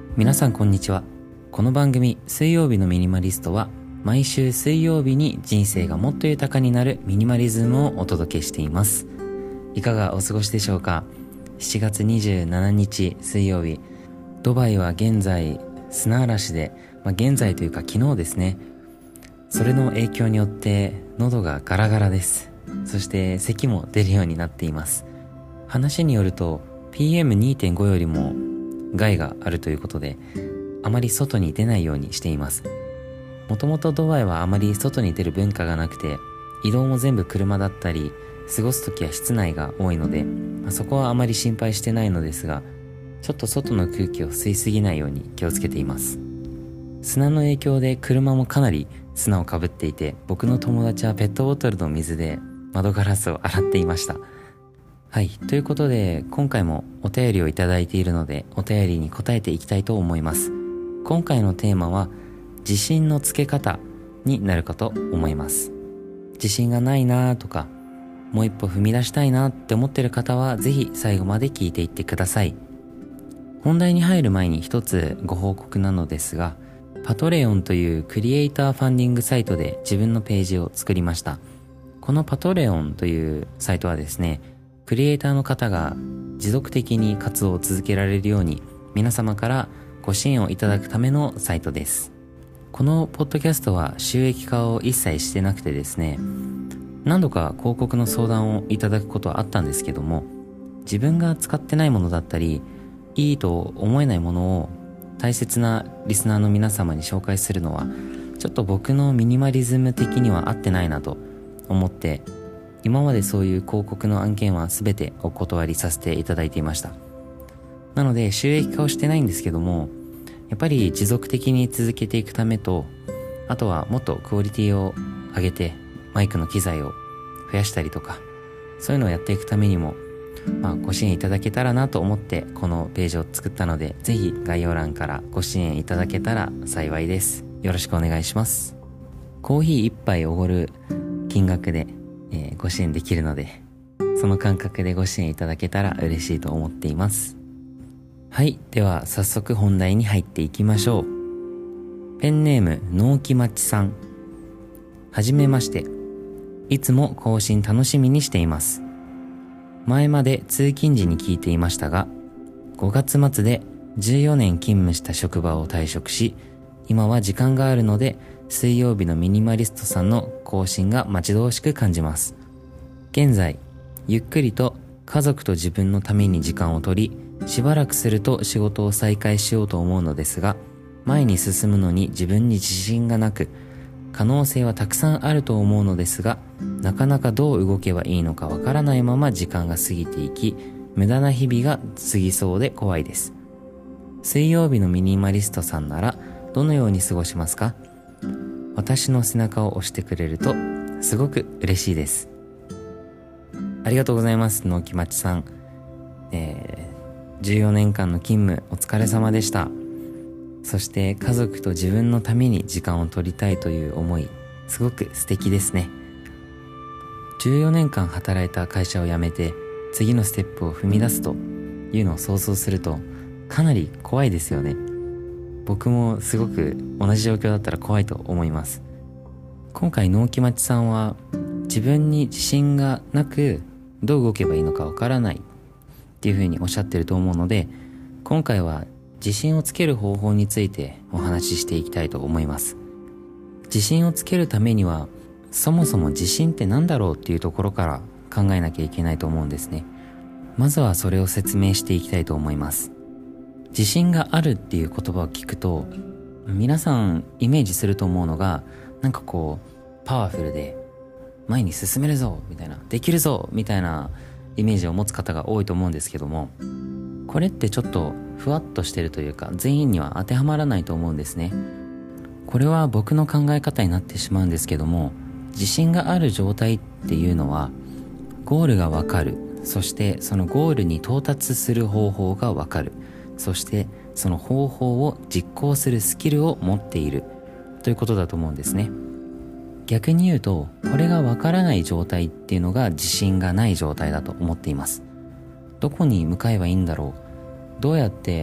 皆さんこんにちは。この番組水曜日のミニマリストは毎週水曜日に人生がもっと豊かになるミニマリズムをお届けしています。いかがお過ごしでしょうか。7月27日水曜日、ドバイは現在砂嵐で、現在というか昨日ですね。それの影響によって喉がガラガラです。そして咳も出るようになっています。話によると PM2.5 よりも害があるということで、あまり外に出ないようにしています。もともとドバイはあまり外に出る文化がなくて、移動も全部車だったり、過ごすときは室内が多いので、そこはあまり心配してないのですが、ちょっと外の空気を吸いすぎないように気をつけています。砂の影響で車もかなり砂をかぶっていて、僕の友達はペットボトルの水で窓ガラスを洗っていました。はい、ということで今回もお便りをいただいているので、お便りに答えていきたいと思います。今回のテーマは自信のつけ方になるかと思います。自信がないなとか、もう一歩踏み出したいなって思っている方はぜひ最後まで聞いていってください。本題に入る前に一つご報告なのですが、パトレオンというクリエイターファンディングサイトで自分のページを作りました。このパトレオンというサイトはですね、クリエイターの方が持続的に活動を続けられるように皆様からご支援をいただくためのサイトです。このポッドキャストは収益化を一切してなくてですね、何度か広告の相談をいただくことはあったんですけども、自分が使ってないものだったりいいと思えないものを大切なリスナーの皆様に紹介するのはちょっと僕のミニマリズム的には合ってないなと思って、今までそういう広告の案件は全てお断りさせていただいていました。なので収益化をしてないんですけども、やっぱり持続的に続けていくためと、あとはもっとクオリティを上げてマイクの機材を増やしたりとか、そういうのをやっていくためにもご支援いただけたらなと思ってこのページを作ったので、ぜひ概要欄からご支援いただけたら幸いです。よろしくお願いします。コーヒー一杯おごる金額でご支援できるので、その感覚でご支援いただけたら嬉しいと思っています。はい、では早速本題に入っていきましょう。ペンネーム納木町さん。はじめまして。いつも更新楽しみにしています。前まで通勤時に聞いていましたが、5月末で14年勤務した職場を退職し、今は時間があるので水曜日のミニマリストさんの更新が待ち遠しく感じます。現在ゆっくりと家族と自分のために時間を取り、しばらくすると仕事を再開しようと思うのですが、前に進むのに自分に自信がなく、可能性はたくさんあると思うのですが、なかなかどう動けばいいのかわからないまま時間が過ぎていき、無駄な日々が過ぎそうで怖いです。水曜日のミニマリストさんならどのように過ごしますか？私の背中を押してくれるとすごく嬉しいです。ありがとうございます、納木町さん。14年間の勤務お疲れ様でした。そして家族と自分のために時間を取りたいという思い、すごく素敵ですね。14年間働いた会社を辞めて次のステップを踏み出すというのを想像するとかなり怖いですよね。僕もすごく同じ状況だったら怖いと思います。今回納木町さんは自分に自信がなくどう動けばいいのかわからないっていうふうにおっしゃってると思うので、今回は自信をつける方法についてお話ししていきたいと思います。自信をつけるためにはそもそも自信って何だろうっていうところから考えなきゃいけないと思うんですね。まずはそれを説明していきたいと思います。自信があるっていう言葉を聞くと、皆さんイメージすると思うのが、なんかこうパワフルで前に進めるぞみたいな、できるぞみたいなイメージを持つ方が多いと思うんですけども、これってちょっとふわっとしてるというか、全員には当てはまらないと思うんですね。これは僕の考え方になってしまうんですけども、自信がある状態っていうのはゴールがわかる、そしてそのゴールに到達する方法がわかる、そしてその方法を実行するスキルを持っているということだと思うんですね。逆に言うと、これがわからない状態っていうのが自信がない状態だと思っています。どこに向かえばいいんだろう、どうやって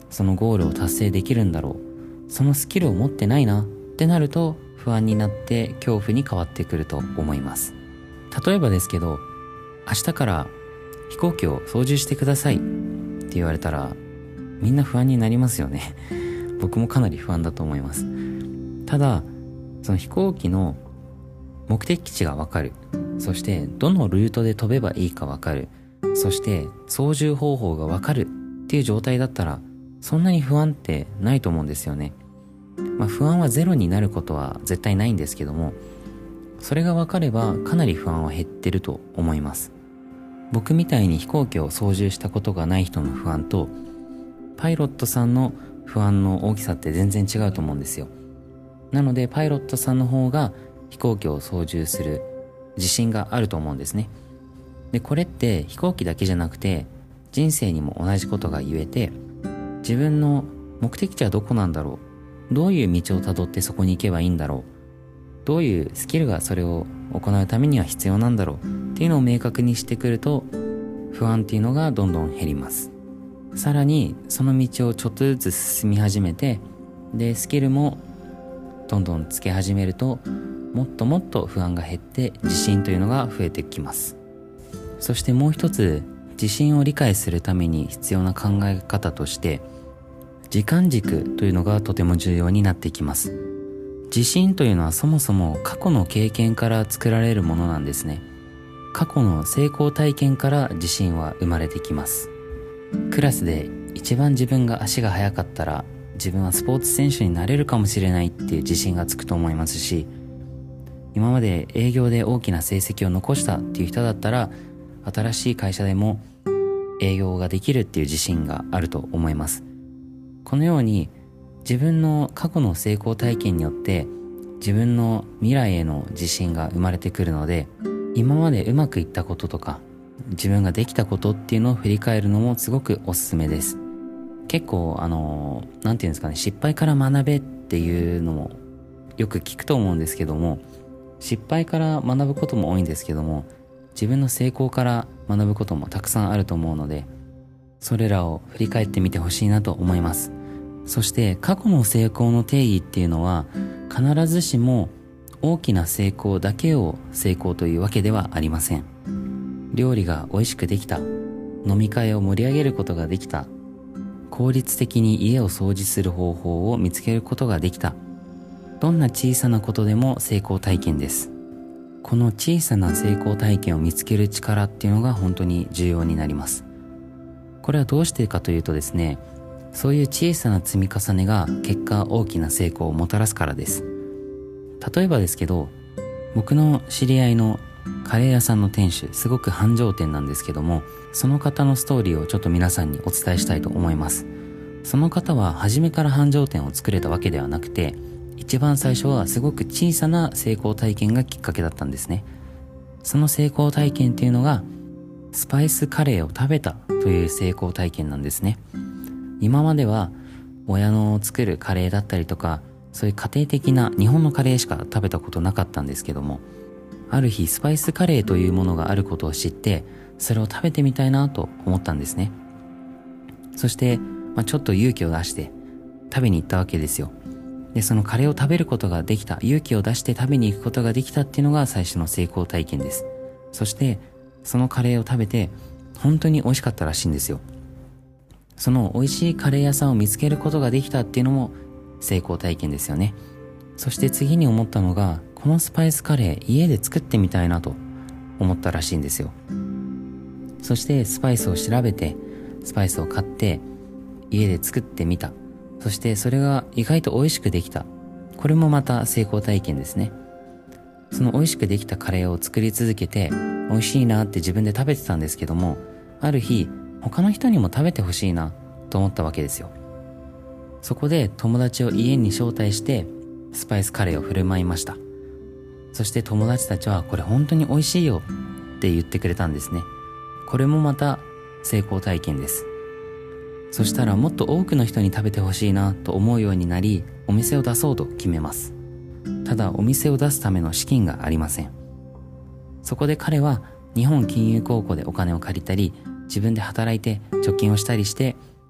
そのゴールを達成できるんだろう、そのスキルを持ってないなってなると不安になって恐怖に変わってくると思います。例えばですけど、明日から飛行機を操縦してくださいって言われたらみんな不安になりますよね。僕もかなり不安だと思います。ただその飛行機の目的地がわかる、そしてどのルートで飛べばいいかわかる、そして操縦方法がわかるっていう状態だったらそんなに不安ってないと思うんですよね。不安はゼロになることは絶対ないんですけども、それがわかればかなり不安は減ってると思います。僕みたいに飛行機を操縦したことがない人の不安とパイロットさんの不安の大きさって全然違うと思うんですよ。なのでパイロットさんの方が飛行機を操縦する自信があると思うんですね。でこれって飛行機だけじゃなくて人生にも同じことが言えて、自分の目的地はどこなんだろう、どういう道をたどってそこに行けばいいんだろう、どういうスキルがそれを行うためには必要なんだろうっていうのを明確にしてくると不安っていうのがどんどん減ります。さらにその道をちょっとずつ進み始めて、でスキルもどんどんつけ始めるともっともっと不安が減って自信というのが増えてきます。そしてもう一つ、自信を理解するために必要な考え方として時間軸というのがとても重要になってきます。自信というのはそもそも過去の経験から作られるものなんですね。過去の成功体験から自信は生まれてきます。クラスで一番自分が足が速かったら自分はスポーツ選手になれるかもしれないっていう自信がつくと思いますし、今まで営業で大きな成績を残したっていう人だったら新しい会社でも営業ができるっていう自信があると思います。このように自分の過去の成功体験によって自分の未来への自信が生まれてくるので、今までうまくいったこととか自分ができたことっていうのを振り返るのもすごくおすすめです。結構なんていうんですかね、失敗から学べっていうのもよく聞くと思うんですけども、失敗から学ぶことも多いんですけども、自分の成功から学ぶこともたくさんあると思うので、それらを振り返ってみてほしいなと思います。そして過去の成功の定義っていうのは必ずしも大きな成功だけを成功というわけではありません。料理が美味しくできた、飲み会を盛り上げることができた、効率的に家を掃除する方法を見つけることができた、どんな小さなことでも成功体験です。この小さな成功体験を見つける力っていうのが本当に重要になります。これはどうしてかというとですね、そういう小さな積み重ねが結果大きな成功をもたらすからです。例えばですけど、僕の知り合いのカレー屋さんの店主、すごく繁盛店なんですけども、その方のストーリーをちょっと皆さんにお伝えしたいと思います。その方は初めから繁盛店を作れたわけではなくて、一番最初はすごく小さな成功体験がきっかけだったんですね。その成功体験っていうのがスパイスカレーを食べたという成功体験なんですね。今までは親の作るカレーだったりとか、そういう家庭的な日本のカレーしか食べたことなかったんですけども、ある日スパイスカレーというものがあることを知って、それを食べてみたいなと思ったんですね。そして、ちょっと勇気を出して食べに行ったわけですよ。で、そのカレーを食べることができた、勇気を出して食べに行くことができたっていうのが最初の成功体験です。そしてそのカレーを食べて本当に美味しかったらしいんですよ。その美味しいカレー屋さんを見つけることができたっていうのも成功体験ですよね。そして次に思ったのが、このスパイスカレー家で作ってみたいなと思ったらしいんですよ。そしてスパイスを調べてスパイスを買って家で作ってみた。そしてそれが意外と美味しくできた。これもまた成功体験ですね。その美味しくできたカレーを作り続けて美味しいなって自分で食べてたんですけども、ある日他の人にも食べてほしいなと思ったわけですよ。そこで友達を家に招待してスパイスカレーを振る舞いました。そして友達たちはこれ本当に美味しいよって言ってくれたんですね。これもまた成功体験です。そしたらもっと多くの人に食べてほしいなと思うようになり、お店を出そうと決めます。ただお店を出すための資金がありません。そこで彼は日本金融高校でお金を借りたり、自分で働いて貯金をしたりして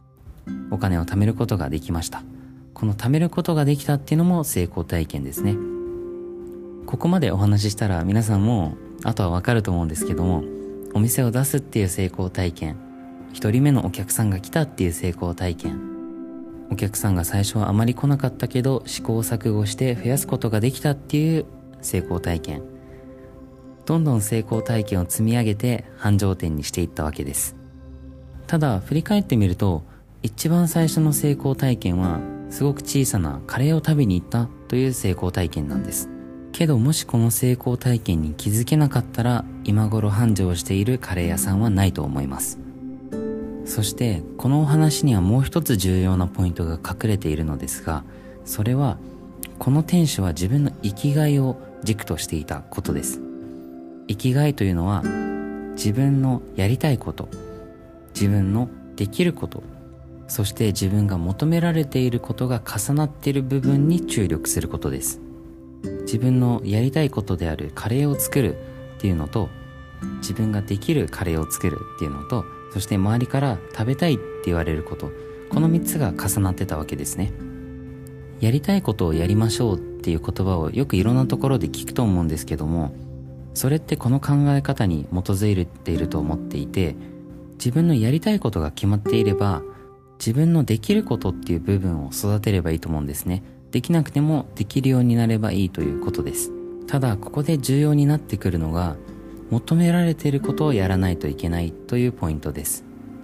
お金を貯めることができました。この貯めることができたっていうのも成功体験ですね。ここまでお話ししたら皆さんもあとはわかると思うんですけども、お店を出すっていう成功体験、一人目のお客さんが来たっていう成功体験、お客さんが最初はあまり来なかったけど試行錯誤して増やすことができたっていう成功体験、どんどん成功体験を積み上げて繁盛店にしていったわけです。ただ振り返ってみると、一番最初の成功体験はすごく小さなカレーを食べに行ったという成功体験なんです。けどもしこの成功体験に気づけなかったら、今頃繁盛しているカレー屋さんはないと思います。そしてこのお話にはもう一つ重要なポイントが隠れているのですが、それはこの店主は自分の生きがいを軸としていたことです。生きがいというのは自分のやりたいこと、自分のできること、そして自分が求められていることが重なっている部分に注力することです。自分のやりたいことであるカレーを作るっていうのと、自分ができるカレーを作るっていうのと、そして周りから食べたいって言われること、この3つが重なってたわけですね。やりたいことをやりましょうっていう言葉をよくいろんなところで聞くと思うんですけども、それってこの考え方に基づいていると思っていて、自分のやりたいことが決まっていれば、自分のできることっていう部分を育てればいいと思うんですね。できなくてもできるようになればいいということです。ただここで重要になってくるのが、求められていることをやらないといけないというポイントです。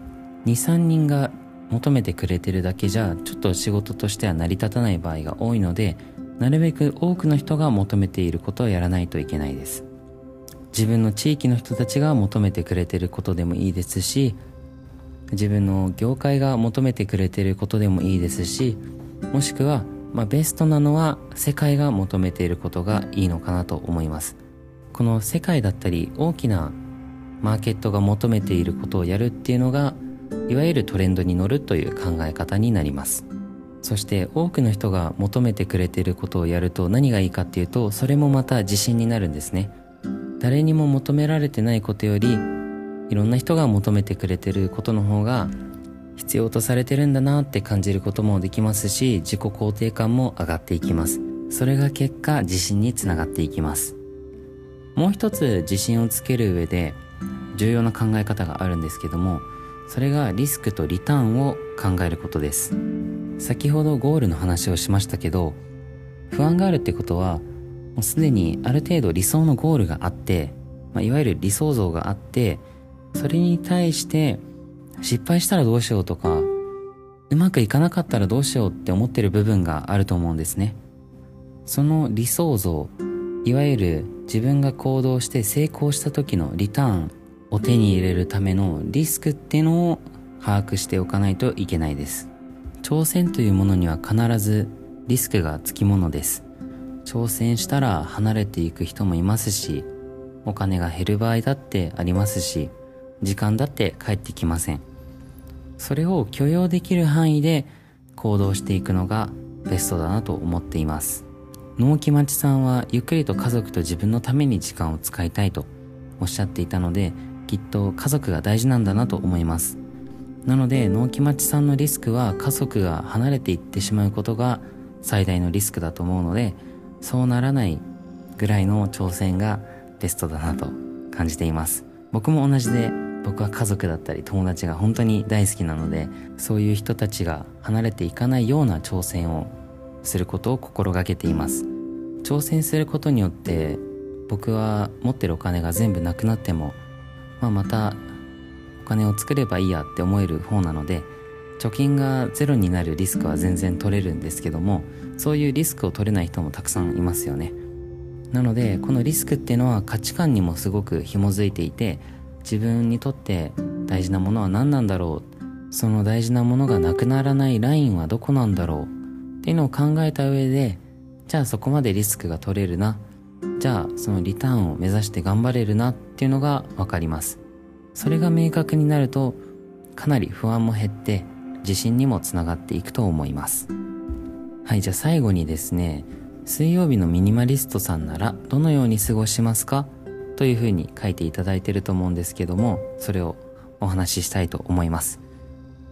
2,3 人が求めてくれてるだけじゃちょっと仕事としては成り立たない場合が多いので、なるべく多くの人が求めていることをやらないといけないです。自分の地域の人たちが求めてくれていることでもいいですし、自分の業界が求めてくれていることでもいいですし、もしくはベストなのは世界が求めていることがいいのかなと思います。この世界だったり大きなマーケットが求めていることをやるっていうのが、いわゆるトレンドに乗るという考え方になります。そして多くの人が求めてくれていることをやると何がいいかっていうと、それもまた自信になるんですね。誰にも求められてないことより、いろんな人が求めてくれていることの方が必要とされてるんだなって感じることもできますし、自己肯定感も上がっていきます。それが結果自信につながっていきます。もう一つ自信をつける上で重要な考え方があるんですけども、それがリスクとリターンを考えることです。先ほどゴールの話をしましたけど、不安があるってことはもうすでにある程度理想のゴールがあって、いわゆる理想像があって、それに対して失敗したらどうしようとか、うまくいかなかったらどうしようって思ってる部分があると思うんですね。その理想像、いわゆる自分が行動して成功した時のリターンを手に入れるためのリスクっていうのを把握しておかないといけないです。挑戦というものには必ずリスクがつきものです。挑戦したら離れていく人もいますし、お金が減る場合だってありますし、時間だって返ってきません。それを許容できる範囲で行動していくのがベストだなと思っています。納木町さんはゆっくりと家族と自分のために時間を使いたいとおっしゃっていたので、きっと家族が大事なんだなと思います。なので納木町さんのリスクは家族が離れていってしまうことが最大のリスクだと思うので、そうならないぐらいの挑戦がベストだなと感じています。僕も同じで、僕は家族だったり友達が本当に大好きなので、そういう人たちが離れていかないような挑戦をすることを心がけています。挑戦することによって僕は持ってるお金が全部なくなっても、またお金を作ればいいやって思える方なので、貯金がゼロになるリスクは全然取れるんですけども、そういうリスクを取れない人もたくさんいますよね。なのでこのリスクっていうのは価値観にもすごく紐づいていて、自分にとって大事なものは何なんだろう、その大事なものがなくならないラインはどこなんだろうっていうのを考えた上で、じゃあそこまでリスクが取れるな、じゃあそのリターンを目指して頑張れるなっていうのが分かります。それが明確になるとかなり不安も減って自信にもつながっていくと思います。はい、じゃあ最後にですね、水曜日のミニマリストさんならどのように過ごしますかというふうに書いていただいていると思うんですけども、それをお話ししたいと思います。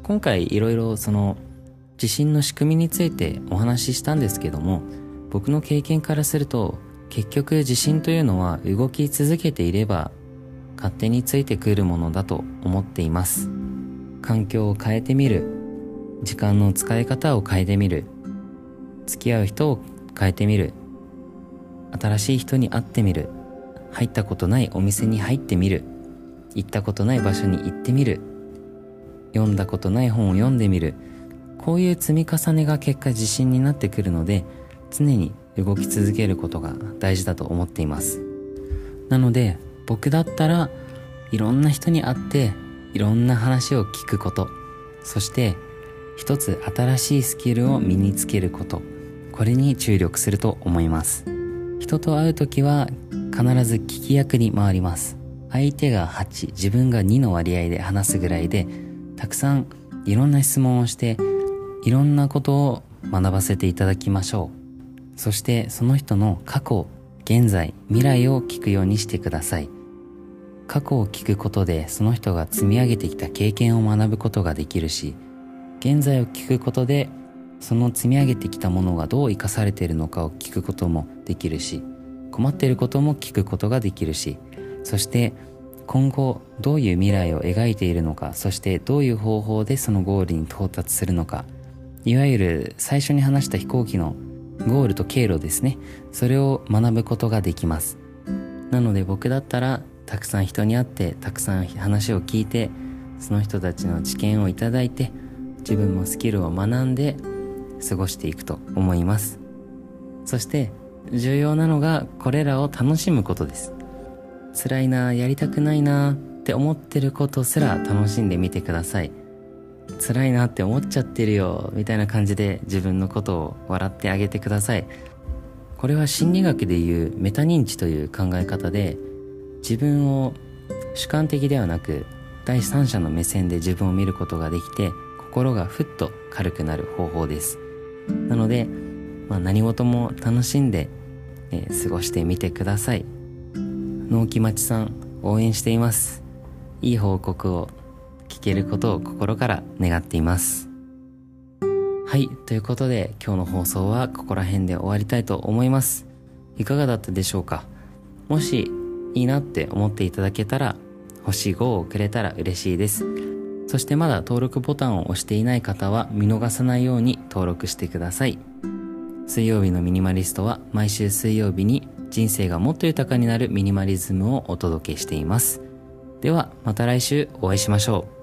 今回いろいろその自信の仕組みについてお話ししたんですけども、僕の経験からすると結局自信というのは動き続けていれば勝手についてくるものだと思っています。環境を変えてみる、時間の使い方を変えてみる、付き合う人を変えてみる、新しい人に会ってみる、入ったことないお店に入ってみる、行ったことない場所に行ってみる、読んだことない本を読んでみる、こういう積み重ねが結果自信になってくるので、常に動き続けることが大事だと思っています。なので僕だったらいろんな人に会っていろんな話を聞くこと、そして一つ新しいスキルを身につけること、これに注力すると思います。人と会うときは必ず聞き役に回ります。相手が8、自分が2の割合で話すぐらいで、たくさんいろんな質問をしていろんなことを学ばせていただきましょう。そしてその人の過去、現在、未来を聞くようにしてください。過去を聞くことでその人が積み上げてきた経験を学ぶことができるし、現在を聞くことでその積み上げてきたものがどう生かされているのかを聞くこともできるし、困っていることも聞くことができるし、そして今後どういう未来を描いているのか、そしてどういう方法でそのゴールに到達するのか、いわゆる最初に話した飛行機のゴールと経路ですね、それを学ぶことができます。なので僕だったらたくさん人に会ってたくさん話を聞いて、その人たちの知見をいただいて、自分もスキルを学んで過ごしていくと思います。そして重要なのがこれらを楽しむことです。辛いな、やりたくないなって思ってることすら楽しんでみてください。辛いなって思っちゃってるよみたいな感じで自分のことを笑ってあげてください。これは心理学でいうメタ認知という考え方で、自分を主観的ではなく第三者の目線で自分を見ることができて、心がふっと軽くなる方法です。なので、何事も楽しんで、過ごしてみてください。納期待ちさん応援しています。いい報告を聞けることを心から願っています。はい、ということで今日の放送はここら辺で終わりたいと思います。いかがだったでしょうか。もしいいなって思っていただけたら星5をくれたら嬉しいです。そしてまだ登録ボタンを押していない方は見逃さないように登録してください。水曜日のミニマリストは毎週水曜日に人生がもっと豊かになるミニマリズムをお届けしています。ではまた来週お会いしましょう。